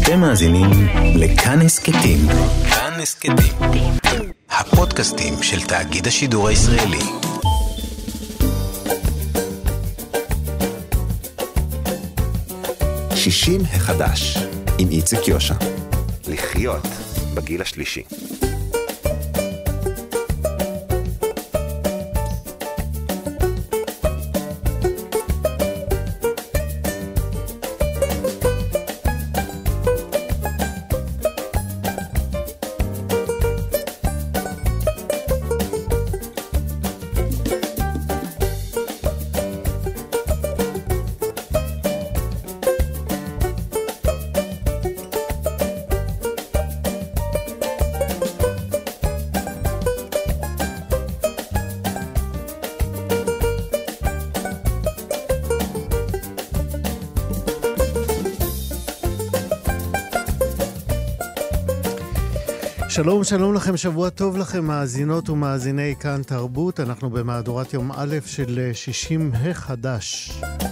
אתם מאזינים לכאן הסכתים. כאן הסכתים, הפודקאסטים של תאגיד השידור הישראלי. שישים החדש עם איציק יושע. לחיות בגיל השלישי. שלום, שלום לכם, שבוע טוב לכם, מאזינות ומאזיני כאן תרבות. אנחנו במהדורת יום א' של 60 החדש.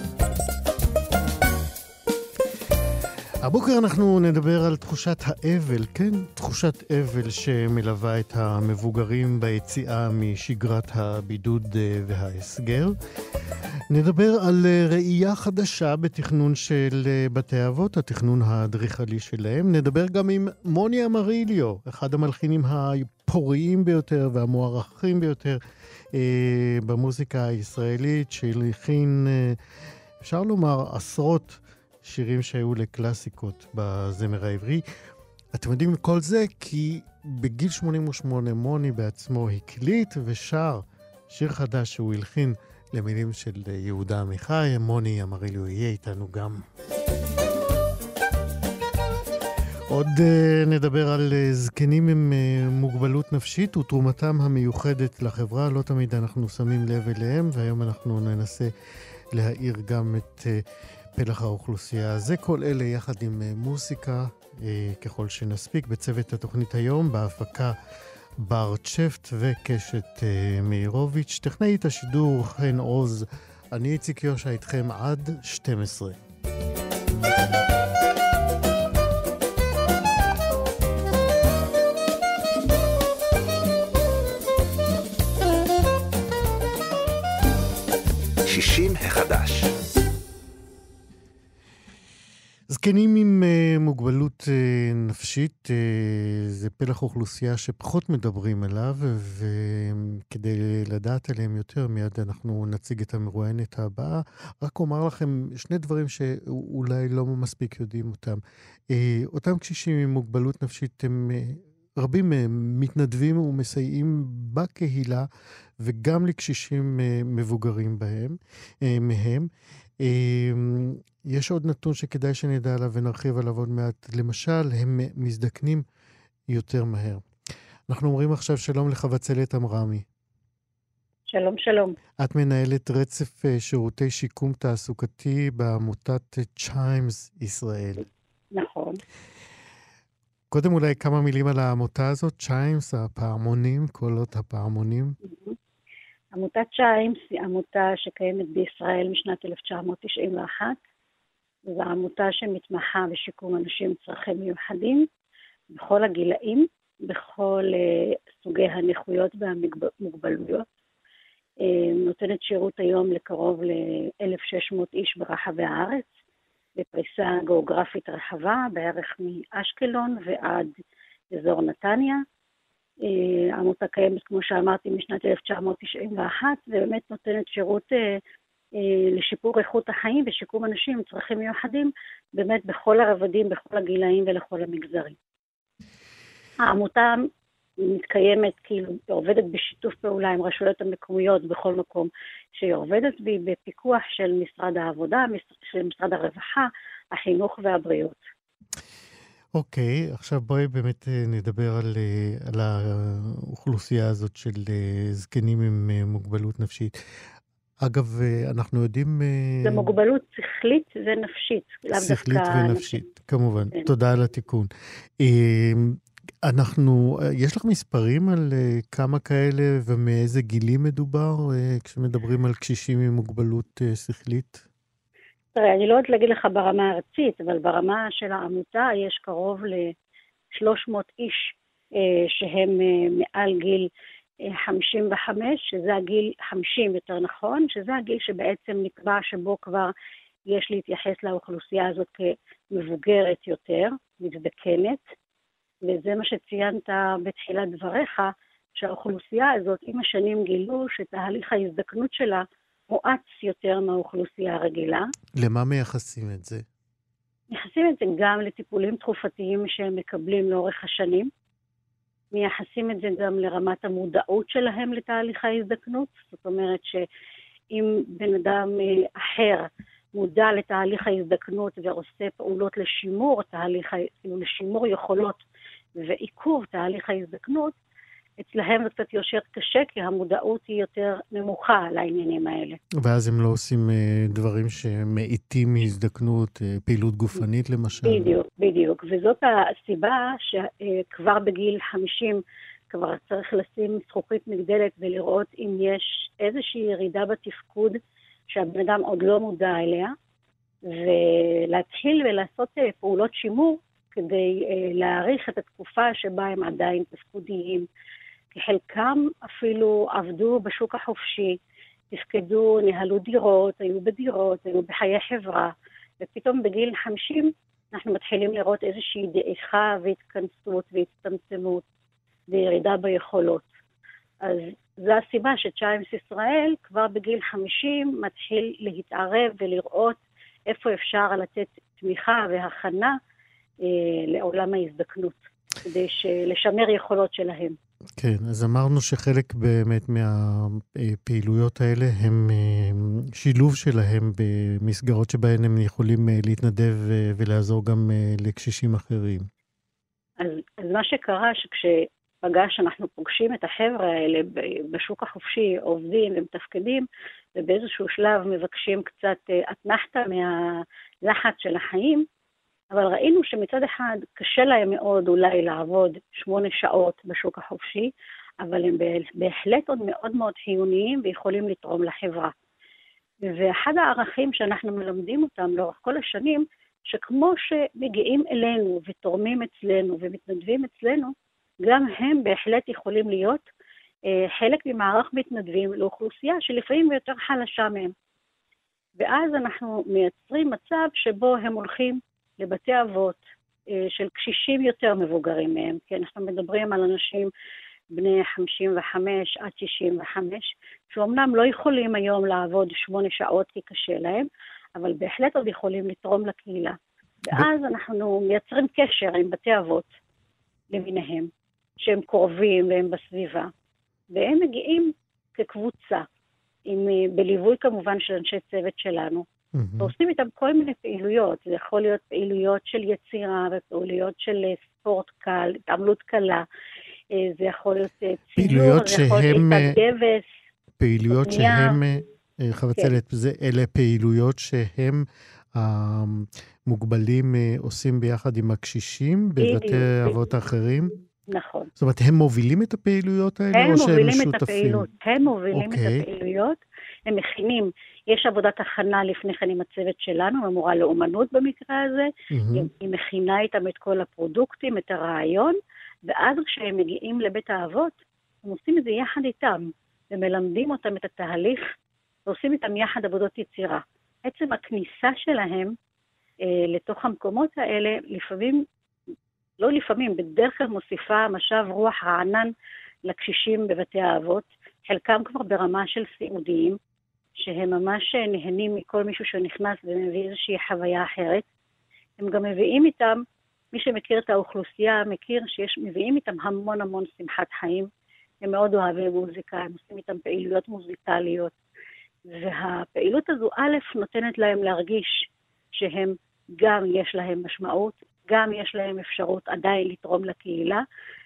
הבוקר אנחנו נדבר על תחושת האבל, כן, תחושת אבל שמלווה את המבוגרים ביציאה משגרת הבידוד וההסגר. נדבר על ראייה חדשה בתכנון של בתי אבות, התכנון האדריכלי שלהם. נדבר גם עם מוני אמריליו, אחד המלחינים הפוריים ביותר והמוערכים ביותר במוזיקה הישראלית, שהלחין, אפשר לומר, עשרות שירים שהיו לקלאסיקות בזמר העברי. אתם יודעים כל זה כי בגיל 88 מוני בעצמו הקליט ושר שיר חדש שהוא הלחין למילים של יהודה עמיחי. מוני אמריליו יהיה איתנו גם. עוד נדבר על זקנים עם מוגבלות נפשית ותרומתם המיוחדת לחברה. לא תמיד אנחנו שמים לב אליהם, והיום אנחנו ננסה להאיר גם את פלח האוכלוסייה. זה כל אלה יחד עם מוסיקה, ככל שנספיק, בצוות התוכנית היום, בהפקה בר צ'פט וקשת מאירוביץ', טכנאית השידור חן עוז. אני איציק יושע איתכם עד 12. שישים החדש. זקנים עם מוגבלות נפשית זה פלח אוכלוסייה שפחות מדברים עליו, וכדי לדעת עליהם יותר מיד אנחנו נציג את המרואיינת הבאה. רק אומר לכם שני דברים שאולי לא מספיק יודעים אותם. אותם קשישים עם מוגבלות נפשית הם רבים מהם מתנדבים ומסייעים בקהילה, וגם לקשישים מבוגרים מהם. יש עוד נתון שכדאי שנדע עליו ונרחיב עליו עוד מעט. למשל, הם מזדקנים יותר מהר. אנחנו אומרים עכשיו שלום לחבצלת אמרמי. שלום, שלום. את מנהלת רצף שירותי שיקום תעסוקתי בעמותת צ'יימס ישראל. נכון. קודם אולי כמה מילים על העמותה הזאת, צ'יימס, הפעמונים, קולות הפעמונים. עמותת צ'יימס היא עמותה שקיימת בישראל משנת 1991. זו עמותה שמתמחה בשיקום אנשים עם צרכים מיוחדים, בכל הגילאים, בכל סוגי הנכויות והמוגבלויות. נותנת שירות היום לקרוב ל-1,600 איש ברחבי הארץ, בפריסה גיאוגרפית רחבה, בערך מאשקלון ועד אזור נתניה. העמותה קיימת, כמו שאמרתי, משנת 1991, ובאמת נותנת שירות לשיפור איכות החיים ושיקום אנשים עם צרכים מיוחדים, באמת בכל הרבדים, בכל הגילאים ולכל המגזרים. העמותה מתקיימת, כאילו, עובדת בשיתוף פעולה עם רשויות המקומיות בכל מקום שהיא עובדת, בפיקוח של משרד העבודה, של משרד הרווחה, החינוך והבריאות. אוקיי, עכשיו בואי באמת נדבר על האוכלוסייה הזאת של זקנים עם מוגבלות נפשית. אגב, אנחנו יודעים... זה מוגבלות שכלית ונפשית. שכלית ונפשית, כמובן. תודה על התיקון. יש לך מספרים על כמה כאלה ומאיזה גילים מדובר כשמדברים על קשישים עם מוגבלות שכלית? תראה, אני לא יודעת להגיד לך ברמה הארצית, אבל ברמה של העמותה יש קרוב ל-300 איש שהם מעל גיל 55, שזה הגיל 50 יותר נכון, שזה הגיל שבעצם נקבע שבו כבר יש להתייחס לאוכלוסייה הזאת כמבוגרת יותר, מזדקנת, וזה מה שציינת בתחילת דבריך, שהאוכלוסייה הזאת עם השנים גילו שתהליך ההזדקנות שלה מואץ יותר מהאוכלוסייה הרגילה. למה מייחסים את זה? מייחסים את זה גם לטיפולים תרופתיים שהם מקבלים לאורך השנים, מייחסים את זה גם לרמת המודעות שלהם לתהליך ההזדקנות, זאת אומרת שאם בן אדם אחר מודע לתהליך ההזדקנות ועושה פעולות לשימור לשימור יכולות ועיכוב תהליך ההזדקנות, אצלהם זה קצת יותר קשה, כי המודעות היא יותר נמוכה לעניינים האלה. ואז הם לא עושים דברים שמעיטים מהזדקנות, פעילות גופנית למשל? בדיוק. וזאת הסיבה שכבר בגיל 50 כבר צריך לשים זכוכית מגדלת ולראות אם יש איזושהי ירידה בתפקוד שהבן אדם עוד לא מודע אליה, ולהתחיל ולעשות פעולות שימור כדי להאריך את התקופה שבה הם עדיין תפקודיים. כי חלקם אפילו עבדו בשוק החופשי, תפקדו, ניהלו דירות, היו בדירות, היו בחיי חברה, ופתאום בגיל 50 אנחנו מתחילים לראות איזושהי דעיכה והתכנסות והצטמצמות וירידה ביכולות. אז זו הסיבה שצ'יימס ישראל כבר בגיל 50 מתחיל להתערב ולראות איפה אפשר לתת תמיכה והכנה לעולם ההזדקנות, כדי לשמר יכולות שלהם. כן, אז אמרנו שחלק באמת מהפעילויות האלה הם שילוב שלהם במסגרות שבהן הם יכולים להתנדב ולעזור גם לקשישים אחרים. אז מה שקרה אנחנו פוגשים את החבר'ה האלה בשוק החופשי, עובדים ומתפקדים, ובאיזשהו שלב מבקשים קצת אתנחתה מהלחץ של החיים, אבל ראינו שמצד אחד קשה להם מאוד אולי לעבוד 8 שעות בשוק החופשי, אבל הם בהחלט עוד מאוד מאוד חיוניים ויכולים לתרום לחברה. ואחד הערכים שאנחנו מלמדים אותם לאורך כל השנים, שכמו שמגיעים אלינו ותורמים אצלנו ומתנדבים אצלנו, גם הם בהחלט יכולים להיות חלק ממערך מתנדבים לאוכלוסייה שלפעמים יותר חלשה מהם. ואז אנחנו מייצרים מצב שבו הם הולכים לבתי אבות של קשישים יותר מבוגרים מהם, כי אנחנו מדברים על אנשים בני 55 עד 65, שאומנם לא יכולים היום לעבוד 8 שעות כי קשה להם, אבל בהחלט עוד יכולים לתרום לקהילה. ואז אנחנו מייצרים קשר עם בתי אבות למיניהם, שהם קרובים והם בסביבה, והם מגיעים כקבוצה, בליווי כמובן של אנשי צוות שלנו, ועושים איתם כל מיני פעילויות. זה יכול להיות פעילויות של יצירה ופעילויות של ספורט קל, התעמלות קלה, זה יכול להיות ציור, זה יכול להיות גבס, פעילויות שהם, חבצלת, אלה פעילויות שהם המוגבלים עושים ביחד עם הקשישים בבתי אבות האחרים? נכון. זאת אומרת, הם מובילים את הפעילויות האלה או שהם משותפים? הם מובילים את הפעילויות, הם מכינים, יש עבודת הכנה לפני כן עם הצוות שלנו, המורה לאומנות במקרה הזה, היא מכינה איתם את כל הפרודוקטים, את הרעיון, ואז כשהם מגיעים לבית האבות, הם עושים את זה יחד איתם, ומלמדים אותם את התהליך, ועושים איתם יחד עבודות יצירה. עצם הכניסה שלהם לתוך המקומות האלה, בדרך כלל מוסיפה משב רוח רענן לקשישים בבתי האבות, חלקם כבר ברמה של סיעודיים, שהם ממש נהנים מכל מישהו שנכנס ומביא איזושהי חוויה אחרת. הם גם מביאים איתם, מי שמכיר את האוכלוסייה מכיר מביאים איתם המון המון שמחת חיים, הם מאוד אוהבים מוזיקה, הם עושים איתם פעילויות מוזיקליות, והפעילות הזו א' נותנת להם להרגיש שהם גם יש להם משמעות, גם יש להם אפשרות עדיין לתרום לקהילה,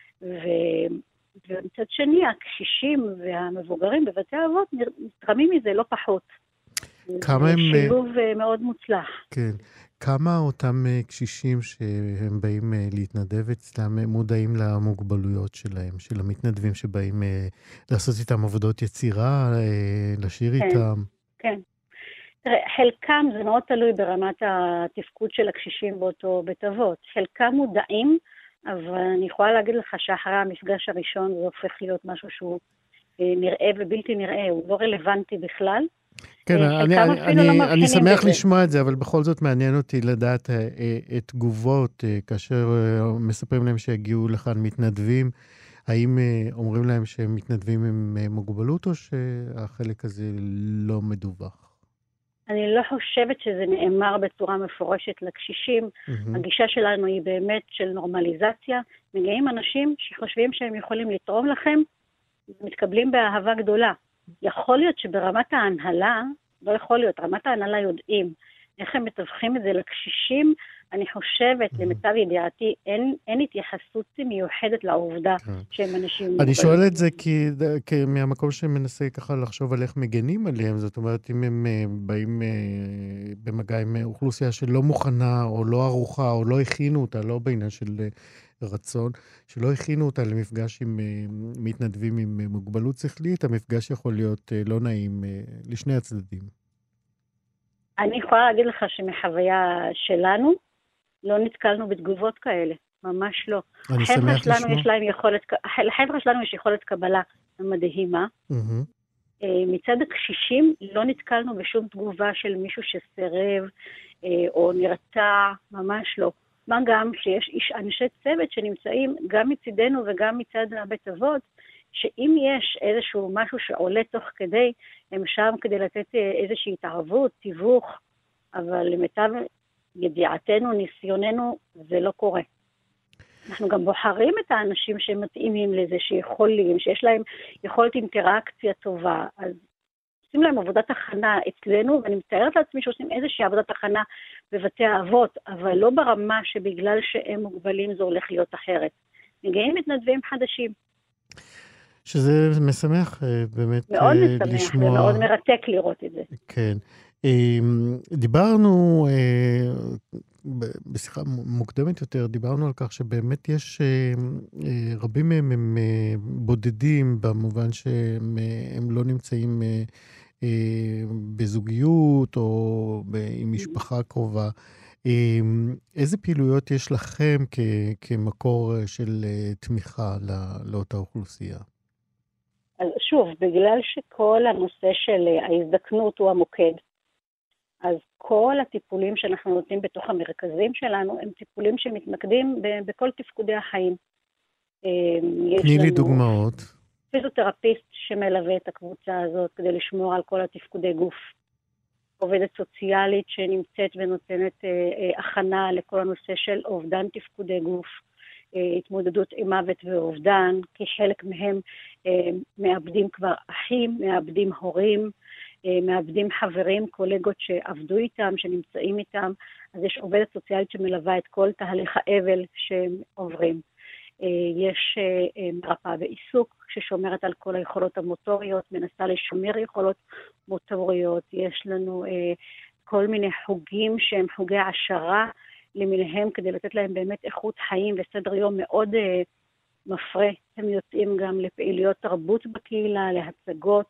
ומצד שני, הקשישים והמבוגרים בבתי האבות נתרמים מזה לא פחות. זה שילוב מאוד מוצלח. כן. כמה אותם קשישים שהם באים להתנדב אצלם מודעים למוגבלויות שלהם, של המתנדבים שבאים לעשות איתם עבודות יצירה, לשיר איתם? כן. חלקם זה מאוד תלוי ברמת התפקוד של הקשישים באותו בית אבות. חלקם מודעים, אבל אני יכולה להגיד לך שאחרי המפגש הראשון זה הופך להיות משהו שהוא נראה ובלתי נראה, הוא לא רלוונטי בכלל. כן, אני שמח לשמוע את זה, אבל בכל זאת מעניין אותי לדעת את תגובות, כאשר מספרים להם שהגיעו לכאן מתנדבים, האם אומרים להם שהם מתנדבים עם מוגבלות, או שהחלק הזה לא מדווח? אני לא חושבת שזה נאמר בצורה מפורשת לקשישים. הגישה שלנו היא באמת של נורמליזציה. מגיעים אנשים שחושבים שהם יכולים לתרום לכם, מתקבלים באהבה גדולה. יכול להיות שברמת ההנהלה, לא יכול להיות, רמת ההנהלה יודעים איך הם מתווכים את זה לקשישים. אני חושבת, למיטב ידיעתי, אין התייחסות מיוחדת לעובדה שהם אנשים מוגבלים. אני שואל את זה כי מהמקום שמנסה ככה לחשוב על איך מגנים עליהם, זאת אומרת, אם הם באים במגע עם אוכלוסייה שלא מוכנה, או לא ערוכה, או לא הכינו אותה, לא בעניין של רצון, שלא הכינו אותה למפגש עם מתנדבים עם מוגבלות שכלית, המפגש יכול להיות לא נעים לשני הצדדים. אני יכולה להגיד לך שמחוויה שלנו, לא נתקלנו בתגובות כאלה, ממש לא. אני שמח לשמוע. לחבר'ה שלנו יש יכולת קבלה מדהימה. מצד הקשישים לא נתקלנו בשום תגובה של מישהו שסרב או נרתע, ממש לא. מה גם שיש אנשי צוות שנמצאים גם מצידנו וגם מצד בית אבות, שאם יש איזשהו משהו שעולה תוך כדי, הם שם כדי לתת איזושהי התערבות, תיווך, אבל למיטב ידיעתנו, ניסיוננו, זה לא קורה. אנחנו גם בוחרים את האנשים שמתאימים לזה, שיכולים, שיש להם יכולת אינטראקציה טובה, אז עושים להם עבודת הכנה אצלנו, ואני מתארת לעצמי שעושים איזושהי עבודת הכנה בבתי האבות, אבל לא ברמה שבגלל שהם מוגבלים זה הולך להיות אחרת. מגיעים מתנדבים חדשים. שזה משמח באמת לשמוע. מאוד משמח ומאוד מרתק לראות את זה. כן. דיברנו, בשיחה מוקדמת יותר, דיברנו על כך שבאמת יש רבים מהם הם בודדים, במובן שהם לא נמצאים בזוגיות או עם משפחה קרובה. איזה פעילויות יש לכם כמקור של תמיכה לאותה אוכלוסייה? אז שוב, בגלל שכל הנושא של ההזדקנות הוא המוקד, אז כל הטיפולים שאנחנו נותנים בתוך המרכזים שלנו, הם טיפולים שמתמקדים בכל תפקודי החיים. תני לי דוגמאות. פיזיותרפיסט שמלווה את הקבוצה הזאת כדי לשמור על כל התפקודי גוף. עובדת סוציאלית שנמצאת ונותנת הכנה לכל הנושא של אובדן תפקודי גוף, התמודדות עם מוות ואובדן, כי חלק מהם מאבדים כבר אחים, מאבדים הורים, מאבדים חברים, קולגות שעבדו איתם, שנמצאים איתם, אז יש עובדת סוציאלית שמלווה את כל תהליך האבל שהם עוברים. יש מרפאה בעיסוק ששומרת על כל היכולות המוטוריות, מנסה לשמר יכולות מוטוריות, יש לנו כל מיני חוגים שהם חוגי העשרה למיניהם כדי לתת להם באמת איכות חיים וסדר יום מאוד מפרה. הם יוצאים גם לפעילויות תרבות בקהילה, להצגות,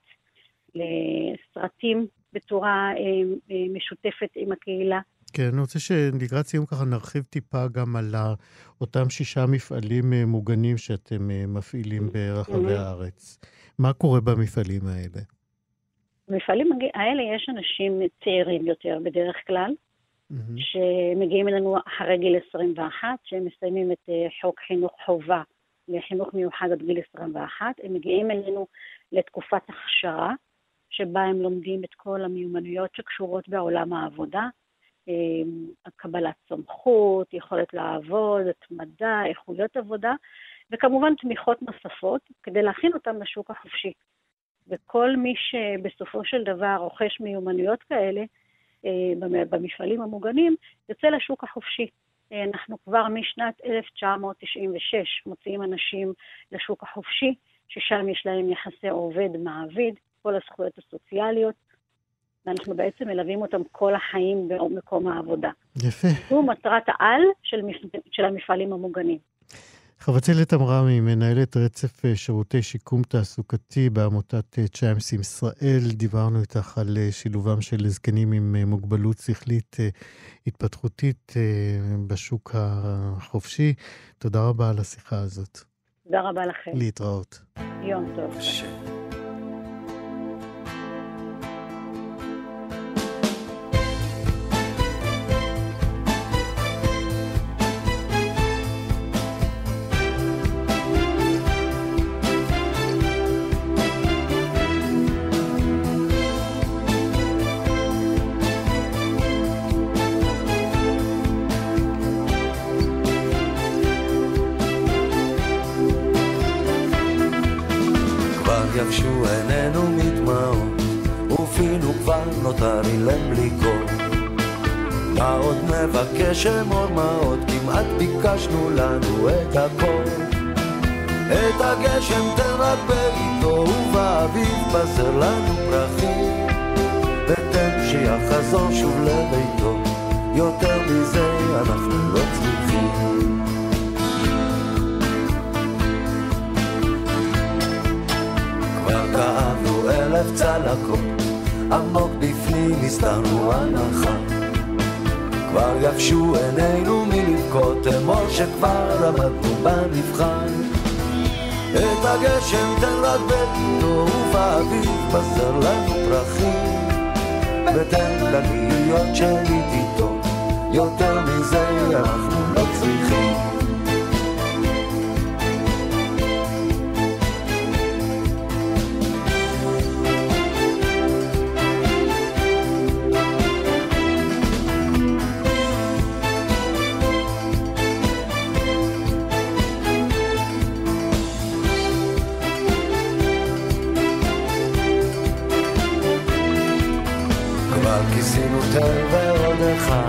לסרטים בצורה משותפת עם הקהילה. כן, אני רוצה שלקראת סיום ככה נרחיב טיפה גם על אותם 6 מפעלים מוגנים שאתם מפעילים ברחבי הארץ. מה קורה במפעלים האלה? במפעלים האלה יש אנשים צעירים יותר בדרך כלל, שמגיעים אלינו אחרי גיל 21, שהם מסיימים את חוק חינוך חובה לחינוך מיוחד עד גיל 21, הם מגיעים אלינו לתקופת הכשרה, שבה הם לומדים את כל המיומנויות שקשורות בעולם העבודה, קבלת סמכות, יכולת לעבוד, התמדה, איכויות עבודה, וכמובן תמיכות נוספות כדי להכין אותם לשוק החופשי. וכל מי שבסופו של דבר רוכש מיומנויות כאלה, במפעלים המוגנים, יוצא לשוק החופשי. אנחנו כבר משנת 1996 מוציאים אנשים לשוק החופשי, ששם יש להם יחסי עובד-מעביד, כל הזכויות הסוציאליות, ואנחנו בעצם מלווים אותם כל החיים במקום העבודה. יפה. זו מטרת העל של המפעלים המוגנים. חבצלת אמרמי, מנהלת רצף שירותי שיקום תעסוקתי בעמותת צ'יימס ישראל. דיברנו איתך על שילובם של זקנים עם מוגבלות שכלית התפתחותית בשוק החופשי. תודה רבה על השיחה הזאת. תודה רבה לכם. להתראות. יום טוב. יבשו עינינו מדמעות, ופינו כבר נותר אילם בלי קור. מה עוד מבקש אמור מעות, כמעט ביקשנו לנו את הכל. את הגשם תן רק בעיתו, ובאביב בזר לנו פרחים. ותן שיחזור שוב לביתו, יותר מזה אנחנו לא צריכים. כאבנו 1000 צלקות, עמוק בפנים הסתרנו הנחה. כבר יבשו עינינו מלבכות, אמור שכבר עמדנו במבחן. את הגשם תן רק בעיתו, ובאביב בזר לנו פרחים. ותן להיות שליט איתו, יותר מזה אנחנו לא צריכים. כיסינו תל ועוד אחד,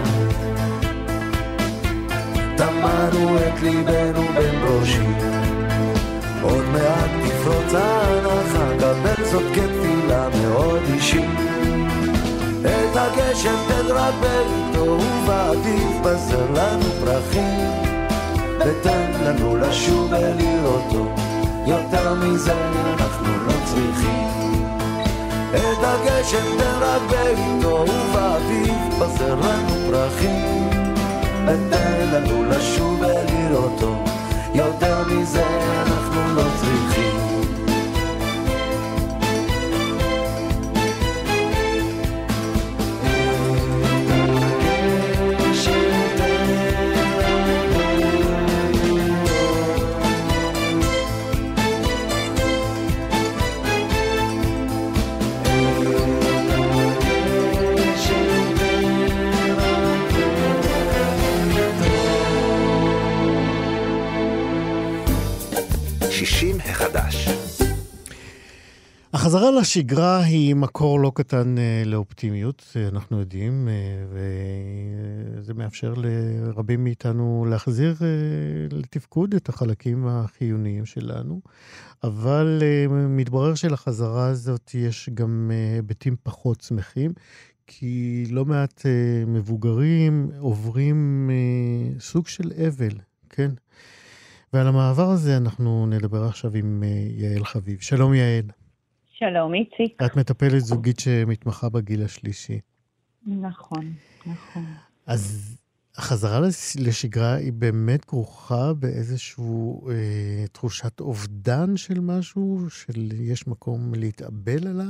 תמנו את ליבנו בין ברושים. עוד מעט תפרוץ ההנחה, קבל זאת כתפילה מאוד אישית. את הגשם תן רק בעיתו, ובאביב בזר לנו פרחים. ותן לנו לשוב ולראותו, יותר מזה אנחנו לא צריכים. את הגשם תן רק בעיתו, ובאביב בזר לנו פרחים. ותן לנו לשוב ולראותו, יותר מזה אנחנו לא צריכים. החזרה לשגרה היא מקור לא קטן לאופטימיות, אנחנו יודעים, וזה מאפשר לרבים מאיתנו להחזיר לתפקוד את החלקים החיוניים שלנו, אבל מתברר שלחזרה הזאת יש גם היבטים פחות שמחים, כי לא מעט מבוגרים עוברים סוג של אבל, כן? ועל המעבר הזה אנחנו נדבר עכשיו עם יעל חביב. שלום יעל. שלום איציק. את מטפלת זוגית שמתמחה בגיל השלישי. נכון, נכון. אז החזרה לשגרה היא באמת כרוכה באיזשהו תחושת אובדן של משהו, של יש מקום להתאבל עליו?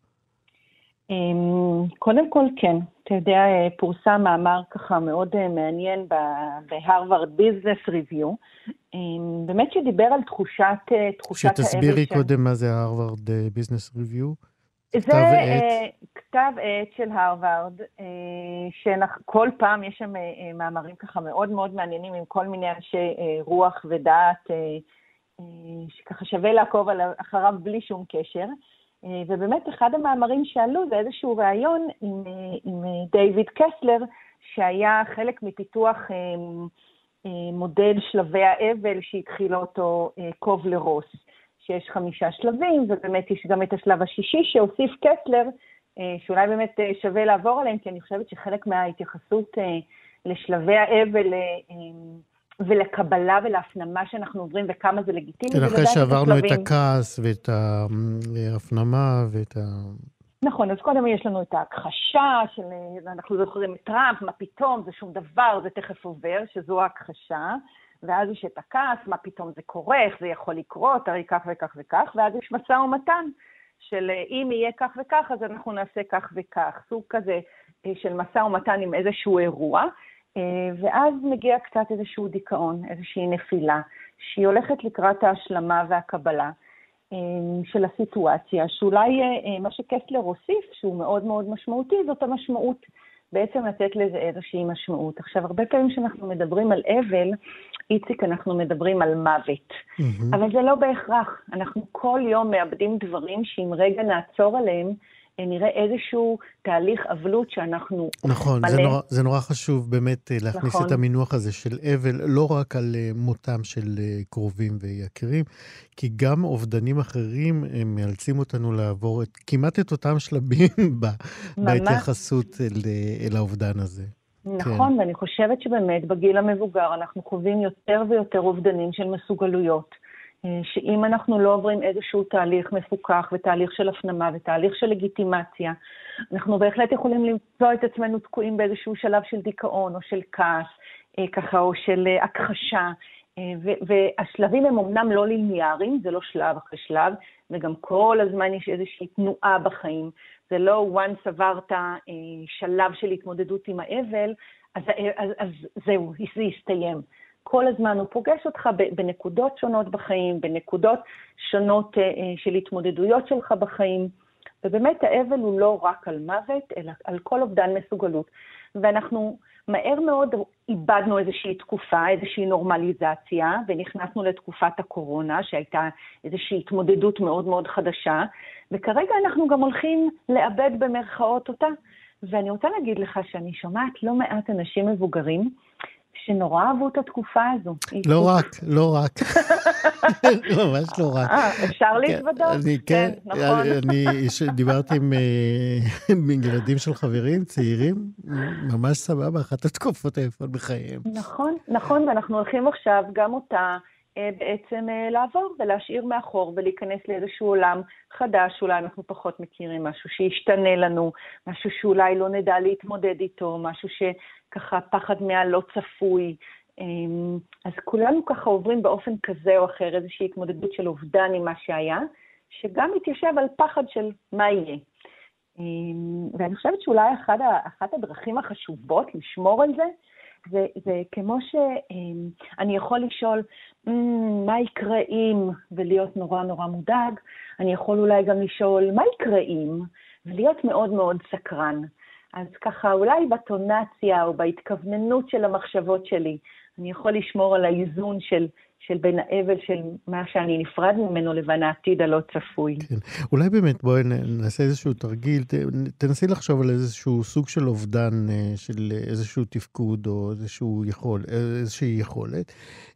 קודם כל כן. אתה יודע, פורסם מאמר ככה מאוד מעניין בהרווארד ביזנס ריוויו, באמת שדיבר על תחושת האבל. שתסבירי קודם מה זה ההרווארד ביזנס ריוויו? זה כתב עת של הרווארד, שכל פעם יש שם מאמרים ככה מאוד מאוד מעניינים עם כל מיני אנשי רוח ודעת, שככה שווה לעקוב אחריו בלי שום קשר. ובאמת אחד המאמרים שעלו זה איזשהו רעיון עם דיוויד קסלר, שהיה חלק מפיתוח מודל שלבי האבל שהתחיל אותו קובלר רוס, שיש 5 שלבים, ובאמת יש גם את השלב השישי שהוסיף קסלר, שאולי באמת שווה לעבור עליהם, כי אני חושבת שחלק מההתייחסות לשלבי האבל ולקבלה ולהפנמה שאנחנו עוברים וכמה זה לגיטימי. כן, אחרי שעברנו את הכעס ואת ההפנמה ואת נכון, אז קודם יש לנו את ההכחשה, אנחנו זוכרים את טראמפ, מה פתאום, זה שום דבר, זה תכף עובר, שזו ההכחשה, ואז יש את הכעס, מה פתאום זה קורה, איך זה יכול לקרות, הרי כך וכך וכך, ואז יש משא ומתן, של אם יהיה כך וכך, אז אנחנו נעשה כך וכך, סוג כזה של משא ומתן עם איזשהו אירוע, ואז מגיע קצת איזשהו דיכאון, איזושהי נפילה, שהיא הולכת לקראת ההשלמה והקבלה, של הסיטואציה, שאולי מה שקסלר הוסיף, שהוא מאוד מאוד משמעותי, זאת המשמעות, בעצם לתת לזה איזושהי משמעות. עכשיו, הרבה פעמים שאנחנו מדברים על אבל, איציק, אנחנו מדברים על מוות. אבל זה לא בהכרח. אנחנו כל יום מאבדים דברים שאם רגע נעצור עליהם, נראה איזשהו תהליך אבלות שאנחנו... נכון, זה נורא חשוב באמת להכניס את המינוח הזה של אבל, לא רק על מותם של קרובים ויקירים, כי גם אובדנים אחרים מאלצים אותנו לעבור כמעט את אותם שלבים בהתייחסות אל האובדן הזה. נכון, ואני חושבת שבאמת בגיל המבוגר אנחנו חווים יותר ויותר אובדנים של מסוגלויות. שאם אנחנו לא עוברים איזשהו תהליך מפוקח ותהליך של הפנמה ותהליך של לגיטימציה, אנחנו בהחלט יכולים למצוא את עצמנו תקועים באיזשהו שלב של דיכאון או של כעס, ככה, או של הכחשה, והשלבים הם אמנם לא ליניאריים, זה לא שלב אחרי שלב, וגם כל הזמן יש איזושהי תנועה בחיים. זה לא once עברת שלב של התמודדות עם האבל, אז זהו, זה יסתיים. כל הזמן הוא פוגש אותך בנקודות שונות בחיים, בנקודות שונות של התמודדויות שלך בחיים, ובאמת האבל הוא לא רק על מוות, אלא על כל אובדן מסוגלות. ואנחנו מהר מאוד איבדנו איזושהי תקופה, איזושהי נורמליזציה, ונכנסנו לתקופת הקורונה, שהייתה איזושהי התמודדות מאוד מאוד חדשה, וכרגע אנחנו גם הולכים לאבד במרכאות אותה. ואני רוצה להגיד לך שאני שומעת לא מעט אנשים מבוגרים, שנורא אהבו את התקופה הזו. לא רק. ממש לא רק. אפשר להתוודות? כן, אני דיברתי עם ילדים של חברים צעירים, ממש סבבה, אחת התקופות היפות בחייהם. נכון, ואנחנו הולכים עכשיו גם אותה בעצם לעבור ולהשאיר מאחור ולהיכנס לאיזשהו עולם חדש, אולי אנחנו פחות מכירים, משהו שישתנה לנו, משהו שאולי לא נדע להתמודד איתו, משהו שככה פחד מהלא צפוי. אז כולנו ככה עוברים באופן כזה או אחר איזושהי התמודדות של אובדן עם מה שהיה, שגם מתיישב על פחד של מה יהיה. ואני חושבת שאולי אחת הדרכים החשובות לשמור על זה, זה כמו שאני יכול לשאול מה יקרה אם ולהיות נורא נורא מודאג, אני יכול אולי גם לשאול מה יקרה אם ולהיות מאוד מאוד סקרן. אז ככה אולי בטונציה או בהתכווננות של המחשבות שלי, אני יכול לשמור על האיזון של בין האבל של מה שאני נפרד ממנו לבין העתיד הלא צפוי. כן. אולי באמת בואי נעשה איזשהו תרגיל, תנסי לחשוב על איזשהו סוג של אובדן, של איזשהו תפקוד או איזושהי יכולת,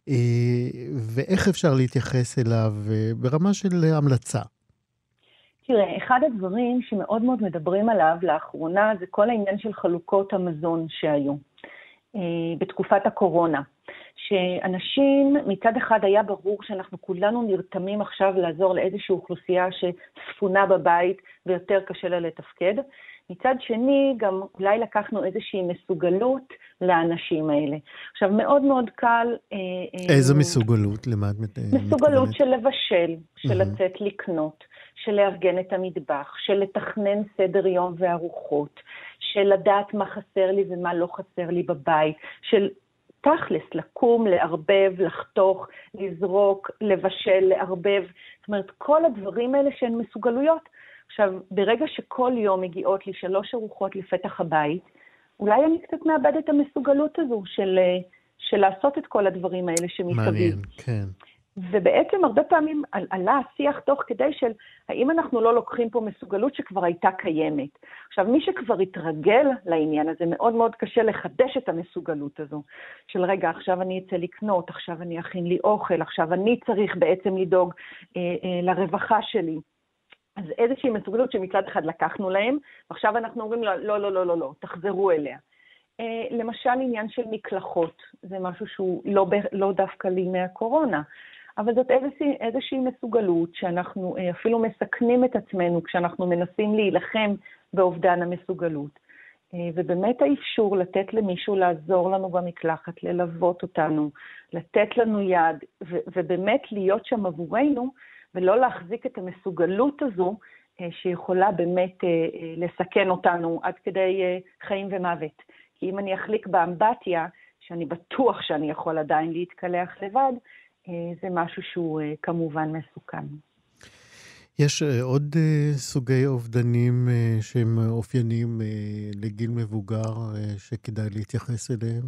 ואיך אפשר להתייחס אליו ברמה של המלצה. תראה, אחד הדברים שמאוד מאוד מדברים עליו לאחרונה, זה כל העניין של חלוקות המזון שהיו בתקופת הקורונה. שאנשים מצד אחד היה ברור שאנחנו כולנו נרתמים עכשיו לעזור לאיזושהי אוכלוסייה שספונה בבית ויותר קשה לה לתפקד. מצד שני גם אולי לקחנו איזושהי מסוגלות לאנשים האלה. עכשיו מאוד מאוד קל... איזו מסוגלות? מסוגלות של לבשל, של לצאת לקנות, של לארגן את המטבח, של לתכנן סדר יום וארוחות, של לדעת מה חסר לי ומה לא חסר לי בבית, של... תכלס, לקום, לערבב, לחתוך, לזרוק, לבשל, לערבב. זאת אומרת, כל הדברים האלה שהן מסוגלויות. עכשיו, ברגע שכל יום מגיעות לי 3 ארוחות לפתח הבית, אולי אני קצת מאבד את המסוגלות הזו של לעשות את כל הדברים האלה שמסביב. מעניין, כן. ובעצם הרבה פעמים עלה השיח תוך כדי של האם אנחנו לא לוקחים פה מסוגלות שכבר הייתה קיימת. עכשיו, מי שכבר התרגל לעניין הזה, מאוד מאוד קשה לחדש את המסוגלות הזו. של רגע, עכשיו אני אצא לקנות, עכשיו אני אכין לי אוכל, עכשיו אני צריך בעצם לדאוג לרווחה שלי. אז איזושהי מסוגלות שמצד אחד לקחנו להם, ועכשיו אנחנו אומרים לו, לא, תחזרו אליה. למשל עניין של מקלחות, זה משהו שהוא לא דווקא לימי הקורונה, אבל זאת איזושהי מסוגלות שאנחנו אפילו מסכנים את עצמנו כשאנחנו מנסים להילחם באובדן המסוגלות. ובאמת האפשור לתת למישהו לעזור לנו במקלחת, ללוות אותנו, לתת לנו יד, ובאמת להיות שם עבורנו, ולא להחזיק את המסוגלות הזו, שיכולה באמת לסכן אותנו עד כדי חיים ומוות. כי אם אני אחליק באמבטיה, שאני בטוח שאני יכול עדיין להתקלח לבד, זה משהו שהוא כמובן מסוכן. יש עוד סוגי אובדנים שהם אופיינים לגיל מבוגר שכדאי להתייחס אליהם?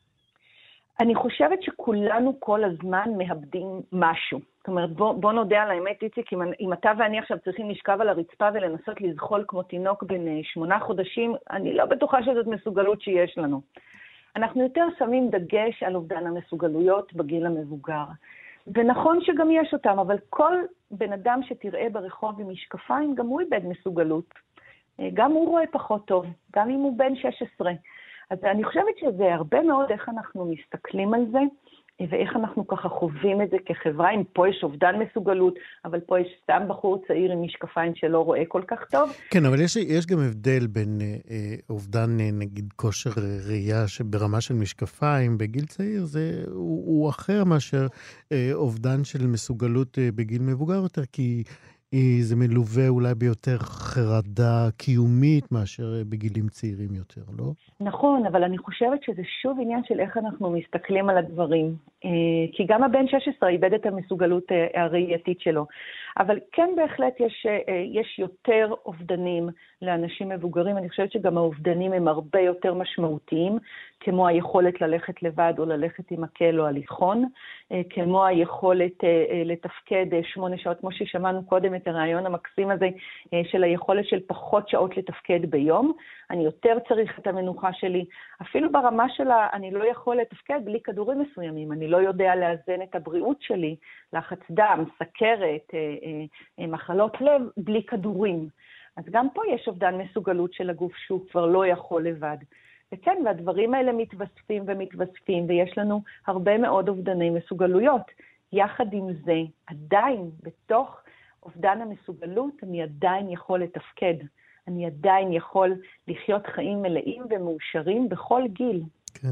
אני חושבת שכולנו כל הזמן מאבדים משהו. זאת אומרת, בוא נודע על האמת, איציק, אם אתה ואני עכשיו צריכים לשכב על הרצפה ולנסות לזחול כמו תינוק בן 8 חודשים, אני לא בטוחה שזאת מסוגלות שיש לנו. אנחנו יותר שמים דגש על אובדן המסוגלויות בגיל המבוגר. ונכון שגם יש אותם, אבל כל בן אדם שתראה ברחוב עם משקפיים, גם הוא איבד מסוגלות. גם הוא רואה פחות טוב, גם אם הוא בן 16. אז אני חושבת שזה הרבה מאוד איך אנחנו מסתכלים על זה, ואיך אנחנו ככה חווים את זה כחברה, אם פה יש אובדן מסוגלות, אבל פה יש סתם בחור צעיר עם משקפיים שלא רואה כל כך טוב. כן, אבל יש גם הבדל בין אובדן, נגיד, כושר ראייה שברמה של משקפיים בגיל צעיר, הוא אחר מאשר אובדן של מסוגלות בגיל מבוגר יותר, כי זה מלווה אולי ביותר חרדה קיומית מאשר בגילים צעירים יותר, לא? נכון, אבל אני חושבת שזה שוב עניין של איך אנחנו מסתכלים על הדברים. כי גם הבן 16 איבד את המסוגלות הראייתית שלו. אבל כן בהחלט יש יותר אובדנים לאנשים מבוגרים. אני חושבת שגם האובדנים הם הרבה יותר משמעותיים, כמו היכולת ללכת לבד או ללכת עם מקל או הליכון, כמו היכולת לתפקד 8 שעות, כמו ששמענו קודם את הרעיון המקסים הזה של היכולת של פחות שעות לתפקד ביום. אני יותר צריך את המנוחה שלי, אפילו ברמה שלה אני לא יכול לתפקד בלי כדורים מסוימים, אני לא יודע לאזן את הבריאות שלי, לחץ דם, סכרת, מחלות לב, בלי כדורים. אז גם פה יש אובדן מסוגלות של הגוף שהוא כבר לא יכול לבד. וכן, והדברים האלה מתווספים ומתווספים, ויש לנו הרבה מאוד אובדני מסוגלויות. יחד עם זה, עדיין בתוך אובדן המסוגלות, אני עדיין יכול לתפקד. אני עדיין יכול לחיות חיים מלאים ומאושרים בכל גיל. כן.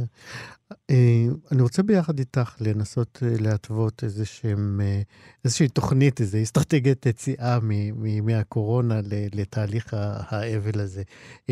אני רוצה ביחד איתך לנסות להתוות איזושהי תוכנית, איזו אסטרטגיית יציאה מהקורונה לתהליך האבל הזה.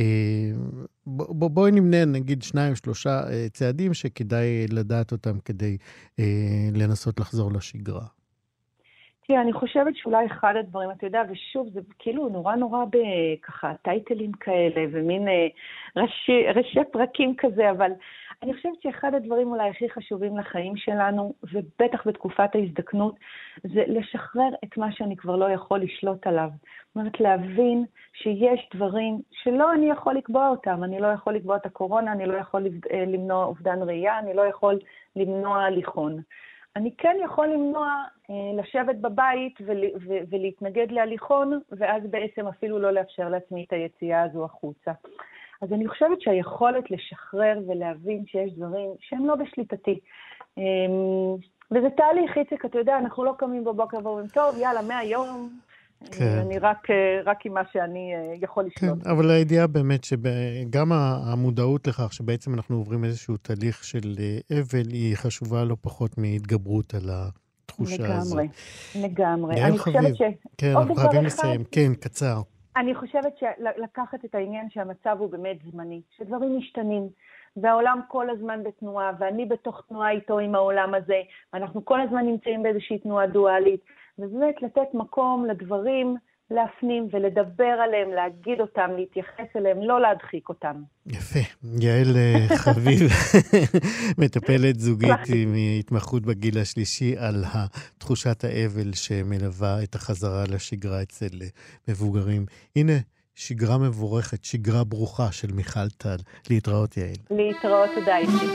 בואי נמנה נגיד 2-3 צעדים שכדאי לדעת אותם כדי לנסות לחזור לשגרה. תראה, אני חושבת שאולי אחד הדברים, אתה יודע, ושוב, זה כאילו נורא בככה טייטלים כאלה, ומין ראשי פרקים כזה, אבל אני חושבת שאחד הדברים אולי הכי חשובים לחיים שלנו, ובטח בתקופת ההזדקנות, זה לשחרר את מה שאני כבר לא יכול לשלוט עליו. זאת אומרת, להבין שיש דברים שלא אני יכול לקבוע אותם, אני לא יכול לקבוע את הקורונה, אני לא יכול למנוע אובדן ראייה, אני לא יכול למנוע הליכון. אני כן יכול למנוע לשבת בבית ולהתנגד להליכון, ואז בעצם אפילו לא לאפשר לעצמי את היציאה הזו החוצה. אז אני חושבת שהיכולת לשחרר ולהבין שיש דברים שהם לא בשליטתי. וזה תהליך, איציק, אתה יודע, אנחנו לא קמים בבוקר ואומרים, טוב, יאללה, מהיום, כן. אני רק עם מה שאני יכול לשלוט. כן, אבל הידיעה באמת שגם המודעות לכך שבעצם אנחנו עוברים איזשהו תהליך של אבל, היא חשובה לא פחות מהתגברות על התחושה הזאת. לגמרי. אני חושבת כן, אנחנו חייבים לסיים. כן, קצר. אני חושבת שלקחת את העניין שהמצב הוא באמת זמני, שדברים משתנים, והעולם כל הזמן בתנועה, ואני בתוך תנועה איתו עם העולם הזה, ואנחנו כל הזמן נמצאים באיזושהי תנועה דואלית, ובאמת לתת מקום לדברים, להפנים ולדבר עליהם, להגיד אותם, להתייחס אליהם, לא להדחיק אותם. יפה. יעל חביב, מטפלת זוגית עם התמחות בגיל השלישי על תחושת האבל שמלווה את החזרה לשגרה אצל מבוגרים. הנה, שגרה מבורכת, שגרה ברוכה של מיכל טל. להתראות, יעל. להתראות, תודה איתי.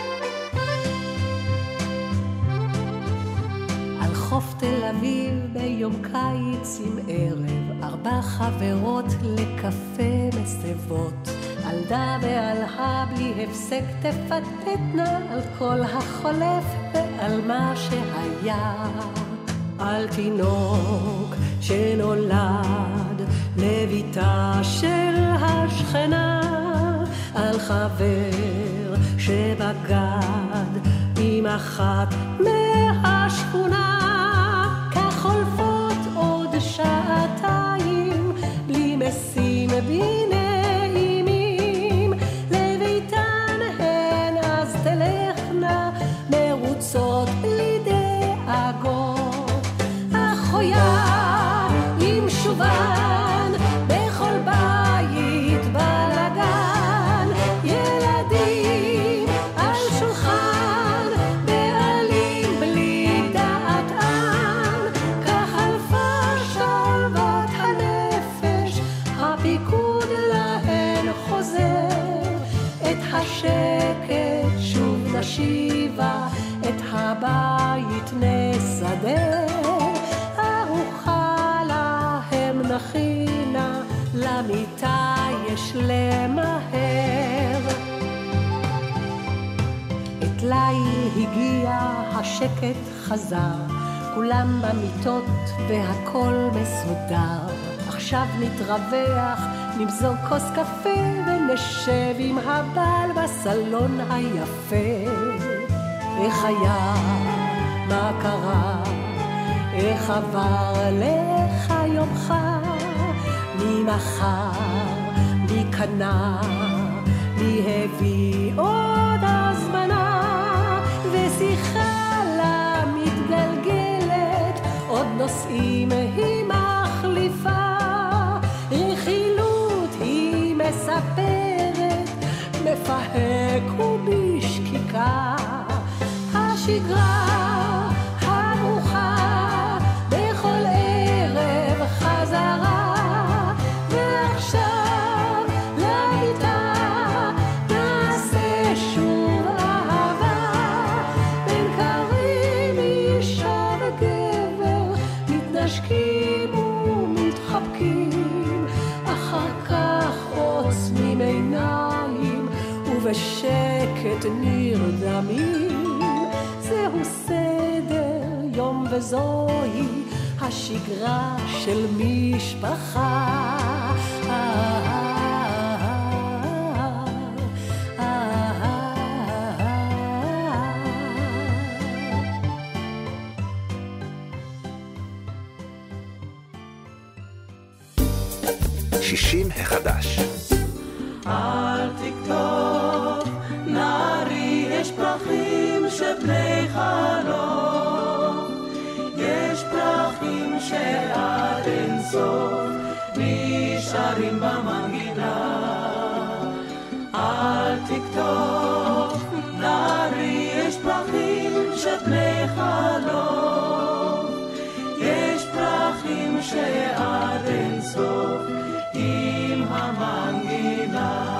על חוף תל אביב ביום קיץ עם ערב, 4 חברות לקפה מסבות, על דה ועל הבלי הפסק תפטטנה על כל החולף ועל מה שהיה, על תינוק שנולד לביתה של השכנה, על חבר שבגד עם אחת מהשכונה. כך חולפות עוד שעתיים בלי משים בלי נעימים, לביתן הן אז תלכנה מרוצות בלי דאגות. אחויה עם שובן בכל בית בלגן, ילדים על שולחן בעלים בלי דעתן. כך חלפה שלוות הנפש, הפיקוד להן חוזר, את השקט שוב נשיבה, את הבית נסדר, ארוחה להם נכינה, למיטה יש למהר. את ליל הגיע, השקט חזר, כולם במיטות והכל מסודר. עכשיו נתרווח, נמזוג כוס קפה ונשב עם הבעל בסלון היפה. איך היה? מה קרה? איך עבר לך יומך? מי מחר? מי קנה? מי הביא עוד הזמנה? ושיחה לה מתגלגלת, עוד נושאים היא מחליפה, רכילות היא מספרת, מפהק ובשקיקה. השגרה הברוכה בכל ערב חזרה, ועכשיו למיטה נעשה שוב אהבה. בין קרים אישה וגבר מתנשקים ומתחבקים, אחר כך עוצמים עיניים ובשקט נרדמים. זהו סדר יום וזוהי השגרה של משפחה. 60 החדש. אל תכתוב נערי, יש פרחים שבני חלום, יש פרחים שעד אין סוף נשארים במנגינה. אל תכתוב נערי, יש פרחים שבני חלום, יש פרחים שעד אין סוף עם המנגינה.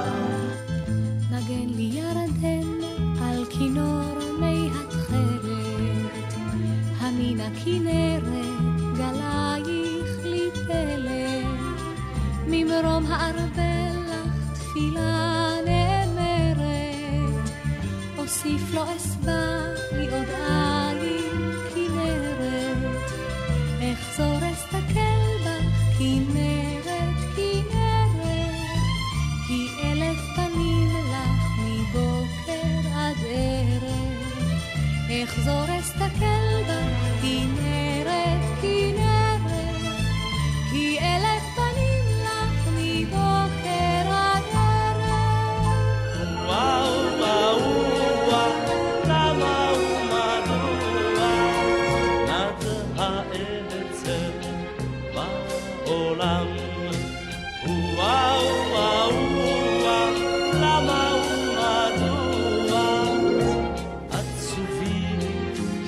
נגן לי ירדן על כינור מי התכלת, המן הכנרת גלייך לי פלט, ממרום הארבל לך תפילה נאמרת, אוסיף לו אסבע לי עוד עין כנרת, אחזור אסתכל בך כנרת, כנרת, כי 1000 פנים לך מבוקר עד ערב, אחזור אסתכל בך כנרת, כנרת, כי 1000 פנים לך מבוקר עד ערב. וואו וואו וואו, למה ומדוע נד העצב בעולם. וואו וואו וואו, למה ומדוע עצובים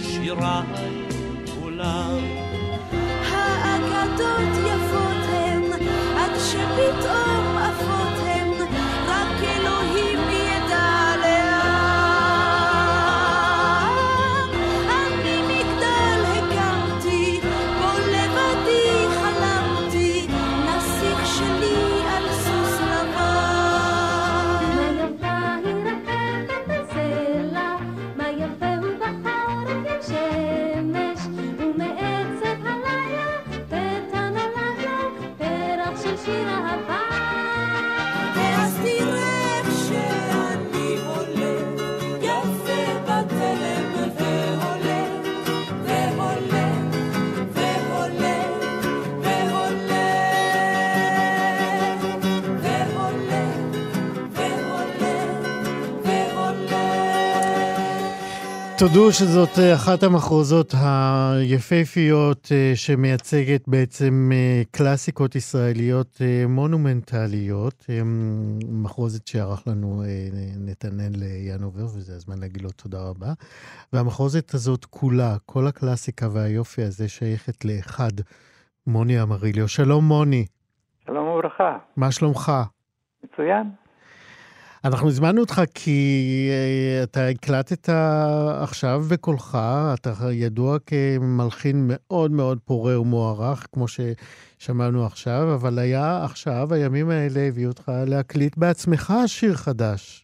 תודו שזאת אחת המחרוזות היפהפיות שמייצגת בעצם קלאסיקות ישראליות מונומנטליות. מחרוזת שערך לנו נתנאל ינובר, וזה הזמן להגיד לו תודה רבה. והמחרוזת הזאת כולה, כל הקלאסיקה והיופי הזה שייכת לאחד, מוני אמריליו. שלום מוני. שלום וברכה. מה שלומך? מצוין. אנחנו הזמנו אותך כי אתה הקלטת עכשיו בקולך, אתה ידוע כמלחין מאוד מאוד פורה ומוערך, כמו ששמענו עכשיו, אבל היה עכשיו, הימים האלה הביאו אותך להקליט בעצמך שיר חדש.